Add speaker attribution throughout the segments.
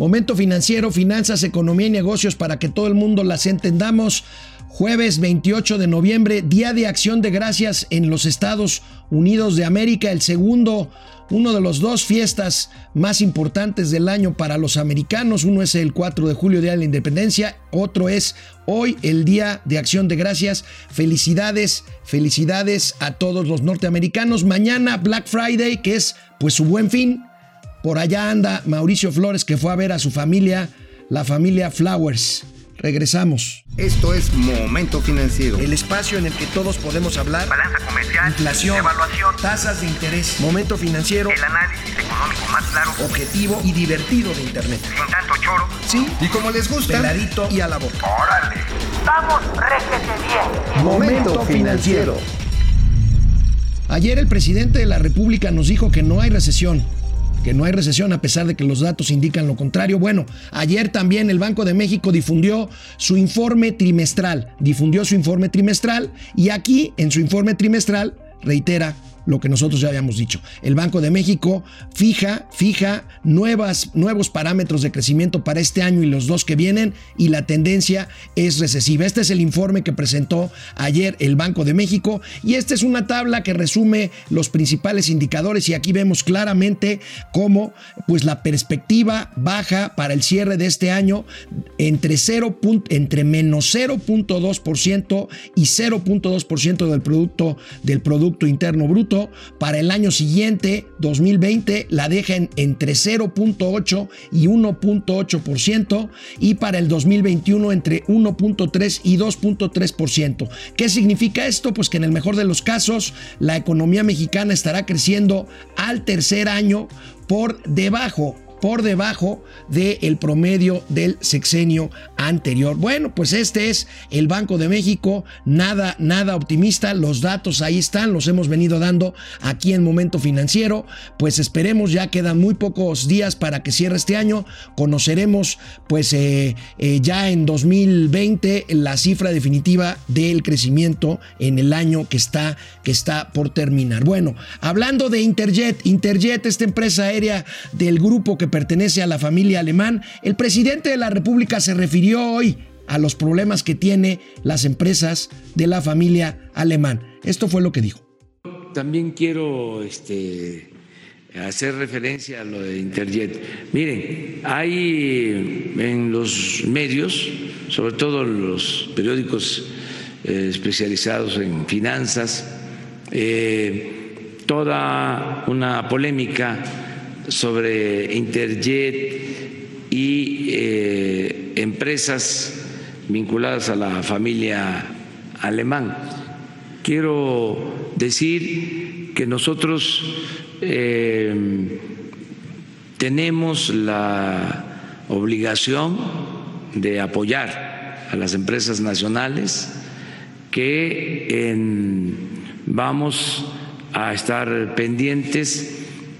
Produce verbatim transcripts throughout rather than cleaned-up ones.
Speaker 1: Momento Financiero, finanzas, economía y negocios para que todo el mundo las entendamos. Jueves veintiocho de noviembre, Día de Acción de Gracias en los Estados Unidos de América, el segundo, uno de los dos fiestas más importantes del año para los americanos. Uno es el cuatro de julio, Día de la Independencia, otro es hoy, el Día de Acción de Gracias. Felicidades, felicidades a todos los norteamericanos. Mañana Black Friday, que es pues su buen fin. Por allá anda Mauricio Flores, que fue a ver a su familia, la familia Flowers. Regresamos.
Speaker 2: Esto es Momento Financiero.
Speaker 1: El espacio en el que todos podemos hablar.
Speaker 3: Balanza comercial,
Speaker 1: inflación,
Speaker 3: evaluación,
Speaker 1: tasas de interés. Momento Financiero.
Speaker 3: El análisis económico más claro,
Speaker 1: objetivo y divertido de Internet.
Speaker 3: sin tanto choro.
Speaker 1: Sí.
Speaker 2: Y como les gusta,
Speaker 1: Peladito y a la boca.
Speaker 3: ¡Órale! ¡Vamos, réjete bien!
Speaker 2: Momento Financiero.
Speaker 1: Ayer el presidente de la República nos dijo que no hay recesión. que no hay recesión a pesar de que los datos indican lo contrario. Bueno, ayer también el Banco de México difundió su informe trimestral, difundió su informe trimestral y aquí en su informe trimestral reitera lo que nosotros ya habíamos dicho. El Banco de México fija, fija nuevas, nuevos parámetros de crecimiento para este año y los dos que vienen y la tendencia es recesiva. Este es el informe que presentó ayer el Banco de México y esta es una tabla que resume los principales indicadores y aquí vemos claramente cómo pues la perspectiva baja para el cierre de este año entre, cero, entre menos cero punto dos por ciento y cero punto dos por ciento del producto, del Producto Interno Bruto. Para el año siguiente, dos mil veinte, la deja en, entre cero punto ocho y uno punto ocho por ciento y para el dos mil veintiuno entre uno punto tres y dos punto tres por ciento. ¿Qué significa esto? Pues que en el mejor de los casos, la economía mexicana estará creciendo al tercer año por debajo por debajo del promedio del sexenio anterior. Bueno, pues este es el Banco de México, nada, nada optimista, los datos ahí están, los hemos venido dando aquí en Momento Financiero, pues esperemos, ya quedan muy pocos días para que cierre este año, conoceremos pues eh, eh, ya en dos mil veinte la cifra definitiva del crecimiento en el año que está, que está por terminar. Bueno, hablando de Interjet, Interjet, esta empresa aérea del grupo que pertenece a la familia Alemán, el presidente de la República se refirió hoy a los problemas que tiene las empresas de la familia Alemán. Esto fue lo que dijo.
Speaker 4: También quiero este, hacer referencia a lo de Interjet. Miren, hay en los medios, sobre todo los periódicos eh, especializados en finanzas, eh, toda una polémica sobre Interjet y eh, empresas vinculadas a la familia Alemán. Quiero decir que nosotros eh, tenemos la obligación de apoyar a las empresas nacionales, que en, vamos a estar pendientes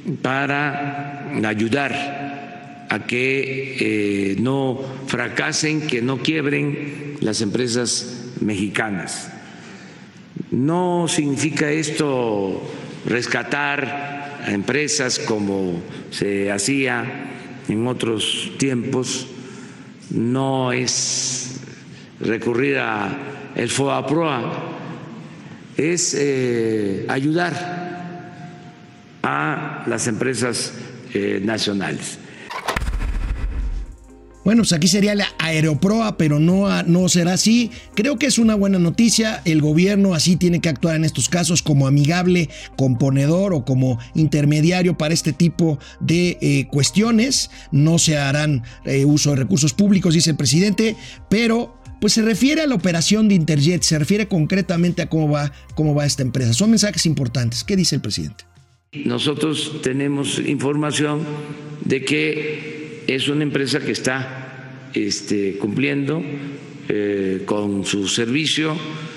Speaker 4: para ayudar a que eh, no fracasen, que no quiebren las empresas mexicanas. No significa esto rescatar a empresas como se hacía en otros tiempos, no es recurrir a el FOBAPROA, es eh, ayudar a las empresas eh, nacionales.
Speaker 1: Bueno, pues aquí sería la Aeroproa, pero no, no será así. Creo que es una buena noticia. El gobierno así tiene que actuar en estos casos como amigable, componedor o como intermediario para este tipo de eh, cuestiones. No se harán eh, uso de recursos públicos, dice el presidente, pero pues se refiere a la operación de Interjet, se refiere concretamente a cómo va, cómo va esta empresa. Son mensajes importantes. ¿Qué dice el presidente?
Speaker 4: Nosotros tenemos información de que es una empresa que está este, cumpliendo eh, con su servicio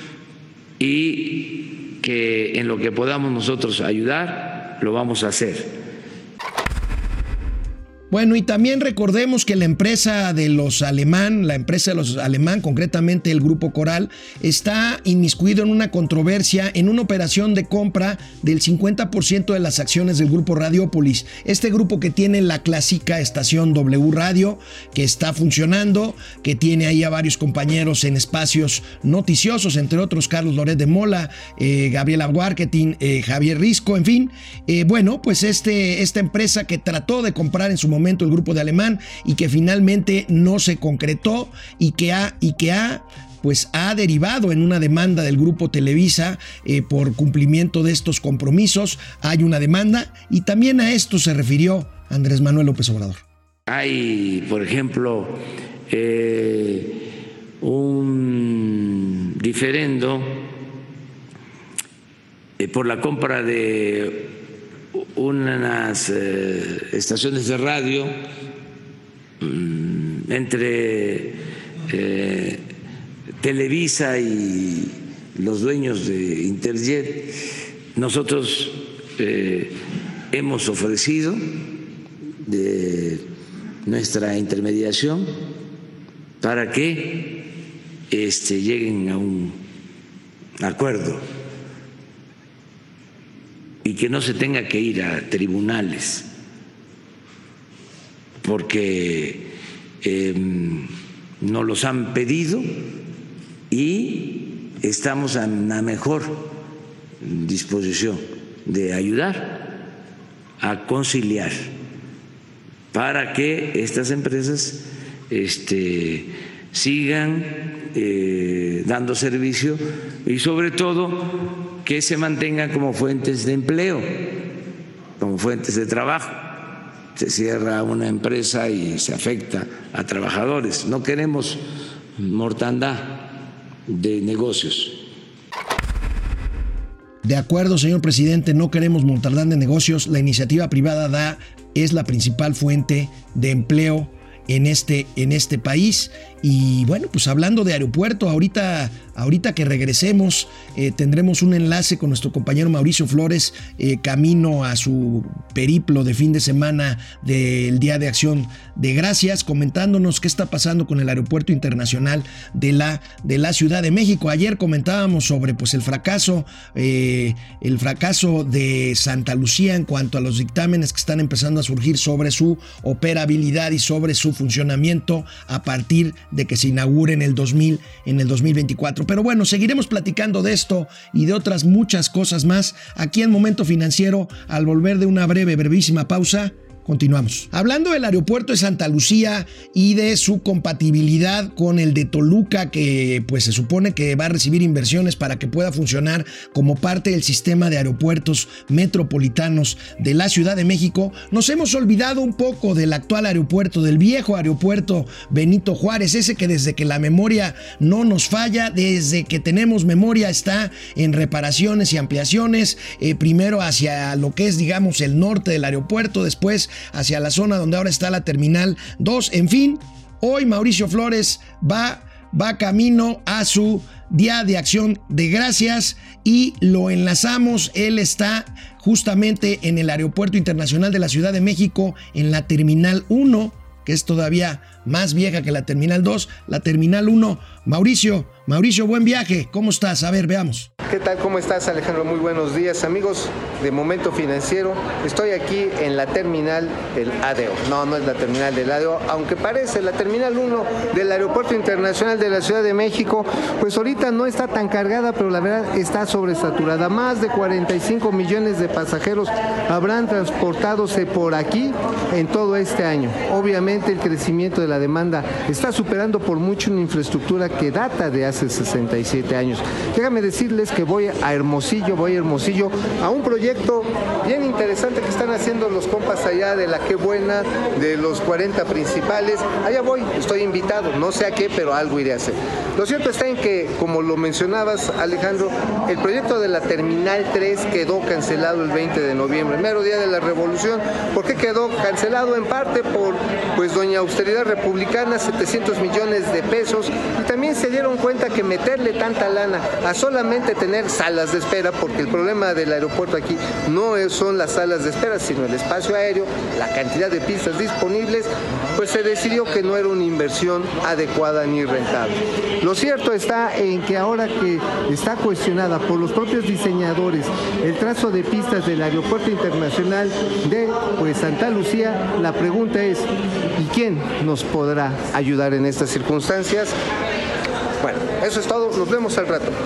Speaker 4: y que en lo que podamos nosotros ayudar, lo vamos a hacer.
Speaker 1: Bueno, y también recordemos que la empresa de los alemán, la empresa de los alemán, concretamente el Grupo Coral, está inmiscuido en una controversia, en una operación de compra del cincuenta por ciento de las acciones del Grupo Radiópolis. Este grupo que tiene la clásica estación W Radio, que está funcionando, que tiene ahí a varios compañeros en espacios noticiosos, entre otros Carlos Loret de Mola, eh, Gabriela Warketin, eh, Javier Risco, en fin. Eh, bueno, pues este, esta empresa que trató de comprar en su momento el grupo de Alemán y que finalmente no se concretó y que ha, y que ha pues ha derivado en una demanda del Grupo Televisa eh, por cumplimiento de estos compromisos. Hay una demanda y también a esto se refirió Andrés Manuel López Obrador.
Speaker 4: Hay, por ejemplo, eh, un diferendo eh, por la compra de unas eh, estaciones de radio mmm, entre eh, Televisa y los dueños de Interjet. Nosotros eh, hemos ofrecido de nuestra intermediación para que este, lleguen a un acuerdo y que no se tenga que ir a tribunales, porque eh, nos los han pedido y estamos en la mejor disposición de ayudar a conciliar para que estas empresas este, sigan eh, dando servicio y sobre todo que se mantengan como fuentes de empleo, como fuentes de trabajo. Se cierra una empresa y se afecta a trabajadores. No queremos mortandad de negocios.
Speaker 1: De acuerdo, señor presidente, no queremos mortandad de negocios. La iniciativa privada da es la principal fuente de empleo en este, en este país. Y bueno, pues hablando de aeropuerto, ahorita, ahorita que regresemos eh, tendremos un enlace con nuestro compañero Mauricio Flores, eh, camino a su periplo de fin de semana del Día de Acción de Gracias, comentándonos qué está pasando con el Aeropuerto Internacional de la, de la Ciudad de México. Ayer comentábamos sobre pues, el fracaso, eh, el fracaso de Santa Lucía en cuanto a los dictámenes que están empezando a surgir sobre su operabilidad y sobre su funcionamiento a partir de que se inaugure en el dos mil, en el dos mil veinticuatro. Pero bueno, seguiremos platicando de esto y de otras muchas cosas más aquí en Momento Financiero. Al volver de una breve, brevísima pausa, continuamos. Hablando del aeropuerto de Santa Lucía y de su compatibilidad con el de Toluca, que pues se supone que va a recibir inversiones para que pueda funcionar como parte del sistema de aeropuertos metropolitanos de la Ciudad de México, nos hemos olvidado un poco del actual aeropuerto, del viejo aeropuerto Benito Juárez, ese que desde que la memoria no nos falla, desde que tenemos memoria está en reparaciones y ampliaciones, eh, primero hacia lo que es digamos el norte del aeropuerto, después hacia la zona donde ahora está la Terminal dos. En fin, hoy Mauricio Flores va, va camino a su Día de Acción de Gracias y lo enlazamos. Él está justamente en el Aeropuerto Internacional de la Ciudad de México, en la Terminal uno, que es todavía más vieja que la Terminal dos, la Terminal uno. Mauricio, Mauricio, buen viaje. ¿Cómo estás? A ver, veamos.
Speaker 2: ¿Qué tal? ¿Cómo estás, Alejandro? Muy buenos días, amigos de Momento Financiero. Estoy aquí en la terminal del A D O. No, no es la terminal del A D O, aunque parece la Terminal uno del Aeropuerto Internacional de la Ciudad de México. Pues ahorita no está tan cargada, pero la verdad está sobresaturada. Más de cuarenta y cinco millones de pasajeros habrán transportadose por aquí en todo este año. Obviamente el crecimiento de la demanda está superando por mucho una infraestructura que data de hace sesenta y siete años. Déjame decirles que voy a Hermosillo, voy a Hermosillo a un proyecto bien interesante que están haciendo los compas allá de la Qué Buena, de los cuarenta principales. Allá voy, estoy invitado, no sé a qué, pero algo iré a hacer. Lo cierto está en que, como lo mencionabas, Alejandro, el proyecto de la Terminal tres quedó cancelado el veinte de noviembre, mero día de la Revolución. ¿Por qué quedó cancelado? En parte por, pues, doña austeridad republicana, setecientos millones de pesos, y también se dieron cuenta que meterle tanta lana a solamente tener salas de espera, porque el problema del aeropuerto aquí no son las salas de espera, sino el espacio aéreo, la cantidad de pistas disponibles, pues se decidió que no era una inversión adecuada ni rentable. Lo cierto está en que ahora que está cuestionada por los propios diseñadores el trazo de pistas del Aeropuerto Internacional de pues, Santa Lucía, la pregunta es, ¿y quién nos podrá ayudar en estas circunstancias? Bueno, eso es todo, nos vemos al rato.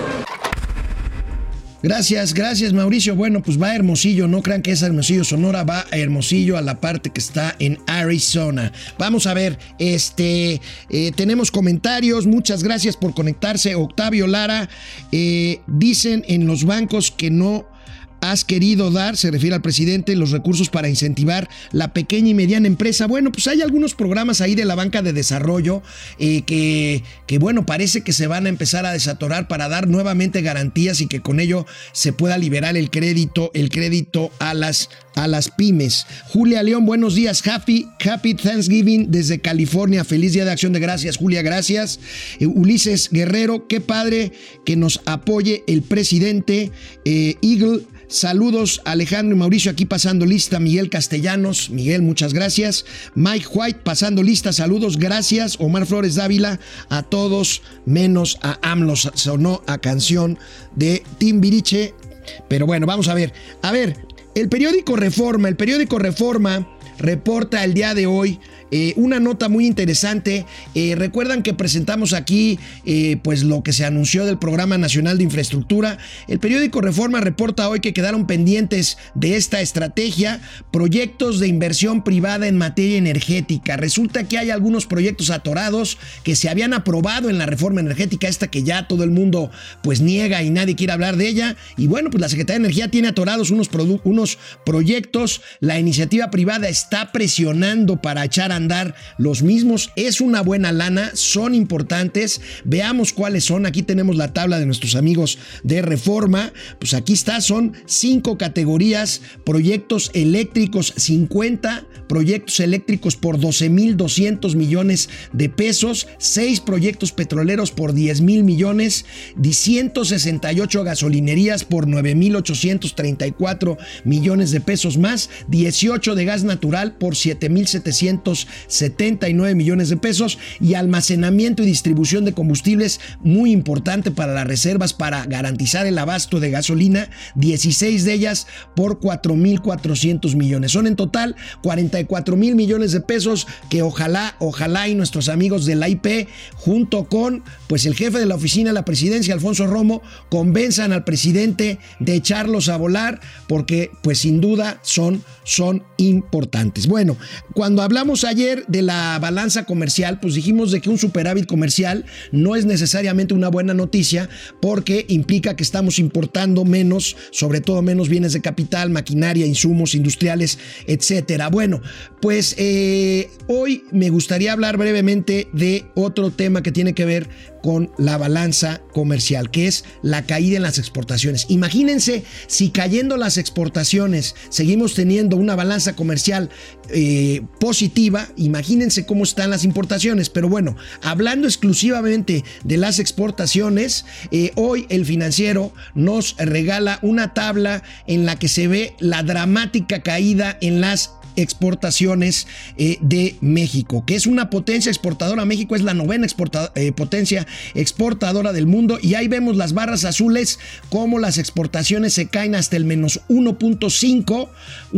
Speaker 1: Gracias, gracias Mauricio. Bueno, pues va a Hermosillo, no crean que es Hermosillo, Sonora, va a Hermosillo, a la parte que está en Arizona. Vamos a ver, este, eh, tenemos comentarios, muchas gracias por conectarse. Octavio Lara, eh, dicen en los bancos que no has querido dar, se refiere al presidente, los recursos para incentivar la pequeña y mediana empresa. Bueno, pues hay algunos programas ahí de la banca de desarrollo eh, que, que, bueno, parece que se van a empezar a desatorar para dar nuevamente garantías y que con ello se pueda liberar el crédito, el crédito a las, a las pymes. Julia León, buenos días. Happy, happy Thanksgiving desde California. Feliz Día de Acción de Gracias, Julia, gracias. Eh, Ulises Guerrero, qué padre que nos apoye el presidente. Eh, Eagle, saludos Alejandro y Mauricio, aquí pasando lista. Miguel Castellanos, Miguel, muchas gracias. Mike White, pasando lista, saludos, gracias. Omar Flores Dávila, a todos menos a AMLO, sonó a canción de Timbiriche. Pero bueno, vamos a ver. A ver, el periódico Reforma, el periódico Reforma reporta el día de hoy Eh, una nota muy interesante. Eh, recuerdan que presentamos aquí eh, pues lo que se anunció del Programa Nacional de Infraestructura. El periódico Reforma reporta hoy que quedaron pendientes de esta estrategia proyectos de inversión privada en materia energética. Resulta que hay algunos proyectos atorados que se habían aprobado en la reforma energética, esta que ya todo el mundo pues niega y nadie quiere hablar de ella. Y bueno, pues la Secretaría de Energía tiene atorados unos, produ- unos proyectos. La iniciativa privada está presionando para echar a andar los mismos. Es una buena lana, son importantes. Veamos cuáles son. Aquí tenemos la tabla de nuestros amigos de Reforma. Pues aquí está, son cinco categorías. Proyectos eléctricos, cincuenta proyectos eléctricos por doce mil doscientos millones de pesos, seis proyectos petroleros por diez mil millones, ciento sesenta y ocho gasolinerías por nueve mil ochocientos treinta y cuatro millones de pesos más, dieciocho de gas natural por siete mil setecientos setenta y nueve millones de pesos y almacenamiento y distribución de combustibles, muy importante para las reservas, para garantizar el abasto de gasolina, dieciséis de ellas por cuatro mil cuatrocientos millones. Son en total cuarenta y cuatro mil millones de pesos que ojalá, ojalá y nuestros amigos de la I P, junto con pues el jefe de la oficina de la presidencia, Alfonso Romo, convenzan al presidente de echarlos a volar, porque pues sin duda son, son importantes. Bueno, cuando hablamos ayer de la balanza comercial, pues dijimos de que un superávit comercial no es necesariamente una buena noticia, porque implica que estamos importando menos, sobre todo menos bienes de capital, maquinaria, insumos industriales, etcétera. Bueno, pues eh, hoy me gustaría hablar brevemente de otro tema que tiene que ver con la balanza comercial, que es la caída en las exportaciones. Imagínense si cayendo las exportaciones seguimos teniendo una balanza comercial eh, positiva, imagínense cómo están las importaciones. Pero bueno, hablando exclusivamente de las exportaciones, eh, hoy el Financiero nos regala una tabla en la que se ve la dramática caída en las exportaciones eh, de México, que es una potencia exportadora. México es la novena exporta, eh, potencia exportadora del mundo, y ahí vemos las barras azules como las exportaciones se caen hasta el menos uno punto cinco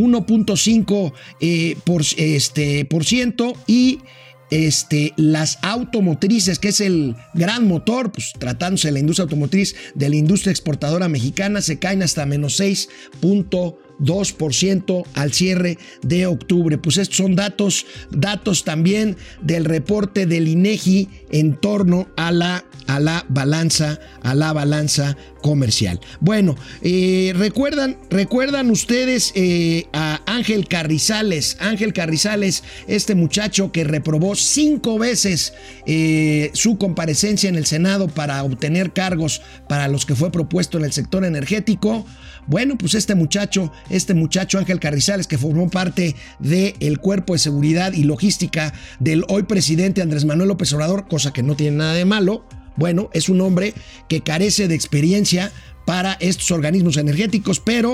Speaker 1: eh, por, este, por ciento, y Este, las automotrices, que es el gran motor, pues tratándose de la industria automotriz, de la industria exportadora mexicana, se caen hasta menos seis punto dos por ciento al cierre de octubre. Pues estos son datos, datos también del reporte del INEGI en torno a la, a la balanza, a la balanza comercial. Bueno, eh, recuerdan, recuerdan ustedes eh, a Ángel Carrizales, Ángel Carrizales, este muchacho que reprobó cinco veces eh, su comparecencia en el Senado para obtener cargos para los que fue propuesto en el sector energético. Bueno, pues este muchacho, este muchacho Ángel Carrizales, que formó parte del Cuerpo de Seguridad y Logística del hoy presidente Andrés Manuel López Obrador, cosa que no tiene nada de malo. Bueno, es un hombre que carece de experiencia para estos organismos energéticos, pero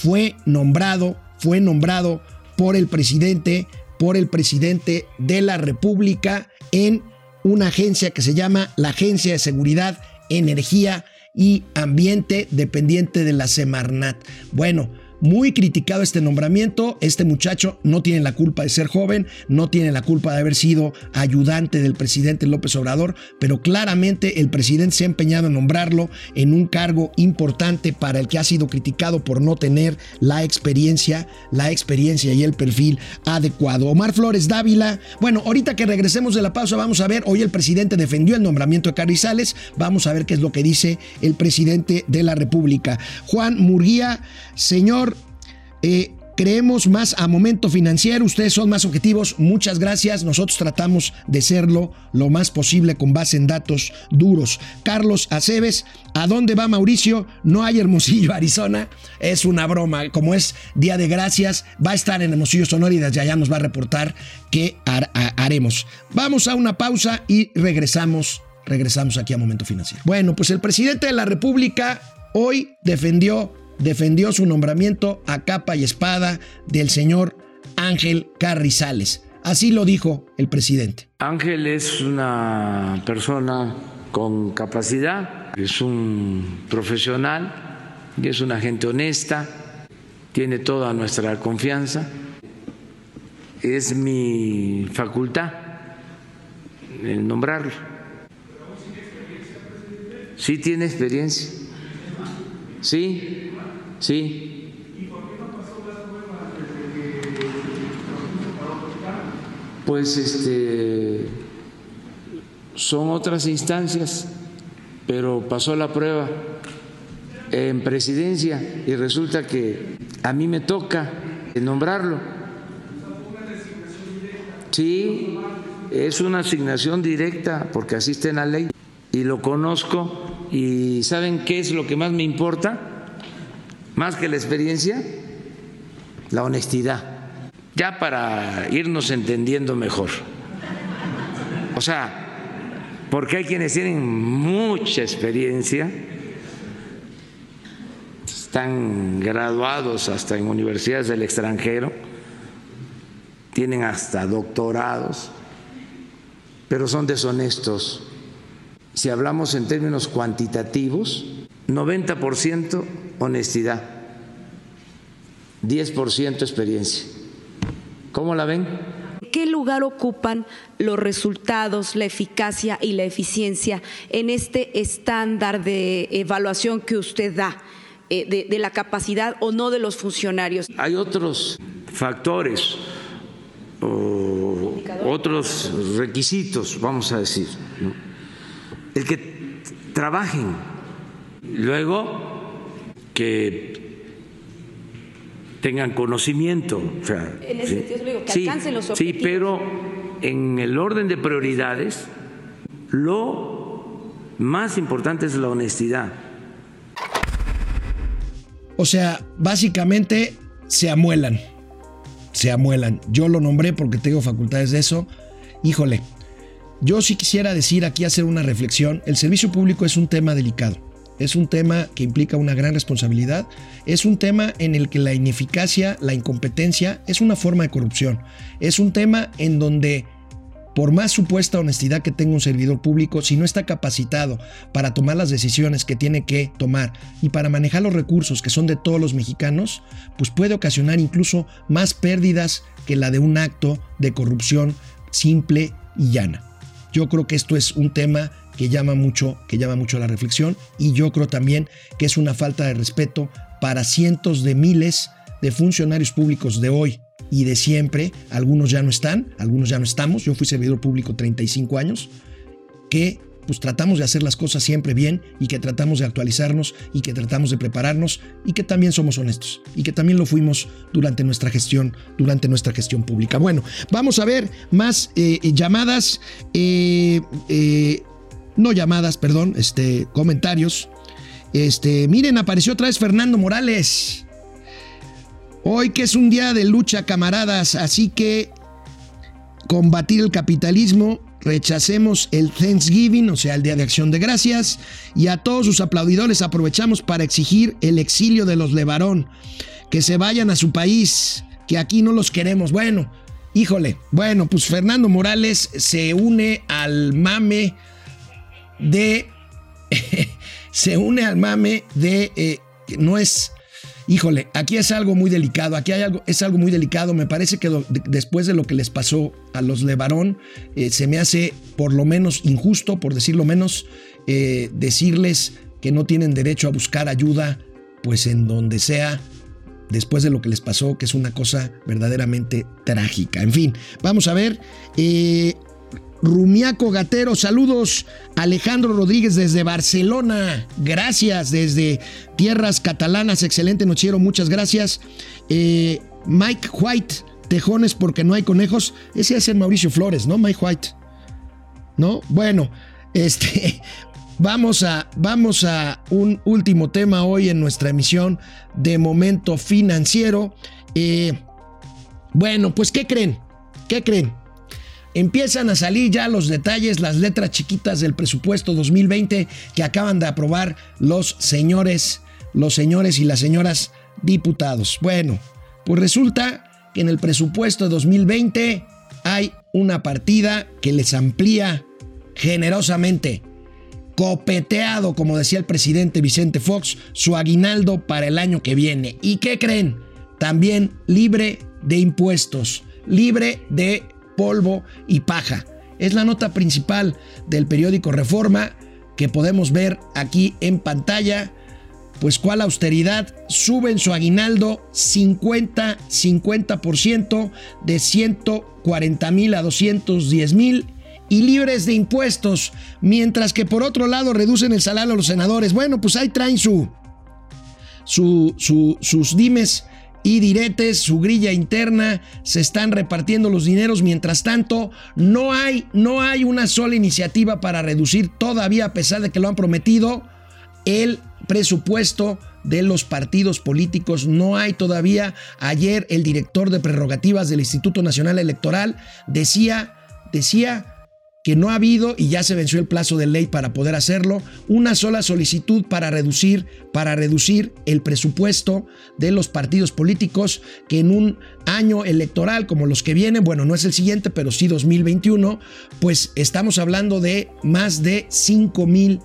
Speaker 1: fue nombrado, fue nombrado por el presidente, por el presidente de la República en una agencia que se llama la Agencia de Seguridad, Energía y Ambiente, dependiente de la Semarnat. Bueno, muy criticado este nombramiento. Este muchacho no tiene la culpa de ser joven, no tiene la culpa de haber sido ayudante del presidente López Obrador, pero claramente el presidente se ha empeñado en nombrarlo en un cargo importante para el que ha sido criticado por no tener la experiencia, la experiencia y el perfil adecuado. Omar Flores Dávila. Bueno, ahorita que regresemos de la pausa vamos a ver, hoy el presidente defendió el nombramiento de Carrizales, vamos a ver qué es lo que dice el presidente de la República. Juan Murguía, señor, Eh, creemos más a Momento Financiero, ustedes son más objetivos, muchas gracias, nosotros tratamos de serlo lo más posible con base en datos duros. Carlos Aceves, ¿a dónde va Mauricio? No hay Hermosillo, Arizona, es una broma, como es Día de Gracias, va a estar en Hermosillo, Sonora y desde allá nos va a reportar qué har- haremos. Vamos a una pausa y regresamos, regresamos aquí a Momento Financiero. Bueno, pues el presidente de la República hoy defendió defendió su nombramiento a capa y espada del señor Ángel Carrizales. Así lo dijo el presidente.
Speaker 4: Ángel es una persona con capacidad, es un profesional y es una gente honesta, tiene toda nuestra confianza. Es mi facultad el nombrarlo. Sí tiene experiencia. Sí. Sí. Pues este son otras instancias, pero pasó la prueba en presidencia y resulta que a mí me toca nombrarlo. Sí, es una asignación directa porque así está en la ley y lo conozco. ¿Y saben qué es lo que más me importa? Más que la experiencia, la honestidad, ya para irnos entendiendo mejor. O sea, porque hay quienes tienen mucha experiencia, están graduados hasta en universidades del extranjero, tienen hasta doctorados, pero son deshonestos. Si hablamos en términos cuantitativos, noventa por ciento honestidad, diez por ciento experiencia. ¿Cómo la ven?
Speaker 5: ¿Qué lugar ocupan los resultados, la eficacia y la eficiencia en este estándar de evaluación que usted da eh, de, de la capacidad o no de los funcionarios?
Speaker 4: Hay otros factores o otros requisitos, vamos a decir, ¿no? El que trabajen, luego que tengan conocimiento, o sea,
Speaker 5: en ese
Speaker 4: sí,
Speaker 5: sentido, digo, que
Speaker 4: sí,
Speaker 5: alcancen los
Speaker 4: sí,
Speaker 5: objetivos.
Speaker 4: pero en el orden de prioridades, lo más importante es la honestidad.
Speaker 1: O sea, básicamente se amuelan, se amuelan. Yo lo nombré porque tengo facultades de eso. Híjole, yo sí quisiera decir aquí, hacer una reflexión. El servicio público es un tema delicado. Es un tema que implica una gran responsabilidad. Es un tema en el que la ineficacia, la incompetencia es una forma de corrupción. Es un tema en donde, por más supuesta honestidad que tenga un servidor público, si no está capacitado para tomar las decisiones que tiene que tomar y para manejar los recursos que son de todos los mexicanos, pues puede ocasionar incluso más pérdidas que la de un acto de corrupción simple y llana. Yo creo que esto es un tema que llama mucho, que llama mucho a la reflexión, y yo creo también que es una falta de respeto para cientos de miles de funcionarios públicos de hoy y de siempre. Algunos ya no están, algunos ya no estamos. Yo fui servidor público treinta y cinco años, que pues tratamos de hacer las cosas siempre bien y que tratamos de actualizarnos y que tratamos de prepararnos y que también somos honestos y que también lo fuimos durante nuestra gestión, durante nuestra gestión pública. Bueno, vamos a ver más eh, llamadas, eh, eh, no llamadas, perdón, este, comentarios. Este, miren, apareció otra vez Fernando Morales. Hoy que es un día de lucha, camaradas, así que combatir el capitalismo, rechacemos el Thanksgiving, o sea, el Día de Acción de Gracias, y a todos sus aplaudidores aprovechamos para exigir el exilio de los Levarón. que se vayan a su país, que aquí no los queremos. Bueno, híjole, bueno, pues Fernando Morales se une al mame de... se une al mame de... Eh, no es... Híjole, aquí es algo muy delicado, aquí hay algo, es algo muy delicado. Me parece que do, de, después de lo que les pasó a los Levarón, eh, se me hace por lo menos injusto, por decirlo menos, eh, decirles que no tienen derecho a buscar ayuda, pues en donde sea, después de lo que les pasó, que es una cosa verdaderamente trágica. En fin, vamos a ver... Eh, Rumiaco Gatero, saludos. Alejandro Rodríguez desde Barcelona, gracias. Desde tierras catalanas, excelente noticiero, muchas gracias. Eh, Mike White, tejones porque no hay conejos. Ese es el Mauricio Flores, ¿no? Mike White, ¿no? Bueno, este, vamos a, vamos a un último tema hoy en nuestra emisión de Momento Financiero. Eh, bueno, pues ¿qué creen? ¿Qué creen? Empiezan a salir ya los detalles, las letras chiquitas del presupuesto dos mil veinte que acaban de aprobar los señores, los señores y las señoras diputados. Bueno, pues resulta que en el presupuesto de dos mil veinte hay una partida que les amplía generosamente, copeteado, como decía el presidente Vicente Fox, su aguinaldo para el año que viene. ¿Y qué creen? También libre de impuestos, libre de polvo y paja. Es la nota principal del periódico Reforma que podemos ver aquí en pantalla. Pues cuál austeridad, suben su aguinaldo cincuenta por ciento de ciento cuarenta mil a doscientos diez mil y libres de impuestos, mientras que por otro lado reducen el salario a los senadores. Bueno, pues ahí traen su, su, su sus dimes y diretes, su grilla interna, se están repartiendo los dineros. Mientras tanto, no hay, no hay una sola iniciativa para reducir todavía, a pesar de que lo han prometido, el presupuesto de los partidos políticos. No hay todavía. Ayer el director de prerrogativas del Instituto Nacional Electoral decía, decía que no ha habido, y ya se venció el plazo de ley para poder hacerlo, una sola solicitud para reducir, para reducir el presupuesto de los partidos políticos, que en un año electoral como los que vienen, bueno, no es el siguiente, pero sí dos mil veintiuno, pues estamos hablando de más de cinco mil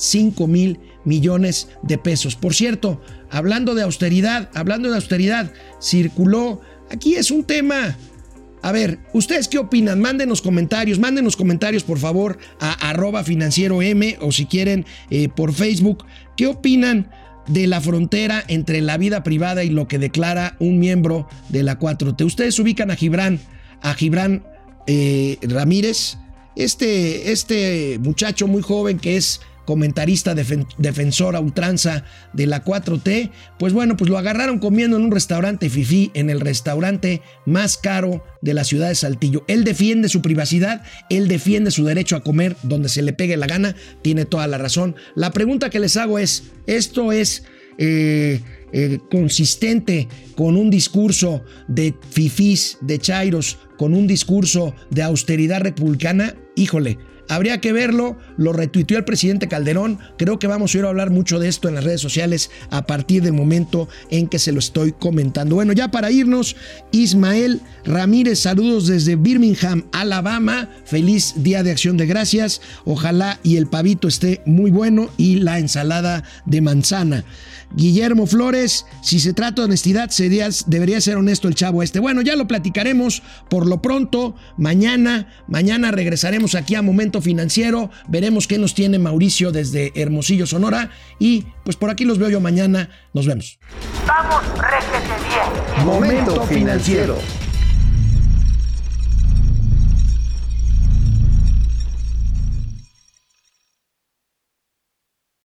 Speaker 1: millones de pesos. Por cierto, hablando de austeridad, hablando de austeridad, circuló, aquí es un tema... A ver, ¿ustedes qué opinan? Mándenos comentarios, mándenos comentarios por favor a arroba financiero M o si quieren eh, por Facebook. ¿Qué opinan de la frontera entre la vida privada y lo que declara un miembro de la cuatro T? Ustedes ubican a Gibran, a Gibran eh, Ramírez, este, este muchacho muy joven que es comentarista defen- defensor a ultranza de la cuatro T, pues bueno, pues lo agarraron comiendo en un restaurante fifí, en el restaurante más caro de la ciudad de Saltillo. Él defiende su privacidad, él defiende su derecho a comer donde se le pegue la gana, tiene toda la razón. La pregunta que les hago es, ¿esto es eh, eh, consistente con un discurso de fifís, de chairos, con un discurso de austeridad republicana? Híjole, habría que verlo, lo retuiteó el presidente Calderón. Creo que vamos a ir a hablar mucho de esto en las redes sociales a partir del momento en que se lo estoy comentando. Bueno, ya para irnos, Ismael Ramírez, saludos desde Birmingham, Alabama. Feliz Día de Acción de Gracias. Ojalá y el pavito esté muy bueno y la ensalada de manzana. Guillermo Flores, si se trata de honestidad, sería, debería ser honesto el chavo este. Bueno, ya lo platicaremos. Por lo pronto, mañana, mañana regresaremos aquí a Momento Financiero. Veremos qué nos tiene Mauricio desde Hermosillo, Sonora. Y pues por aquí los veo yo mañana. Nos vemos.
Speaker 3: Vamos, réjete bien.
Speaker 2: Momento Financiero.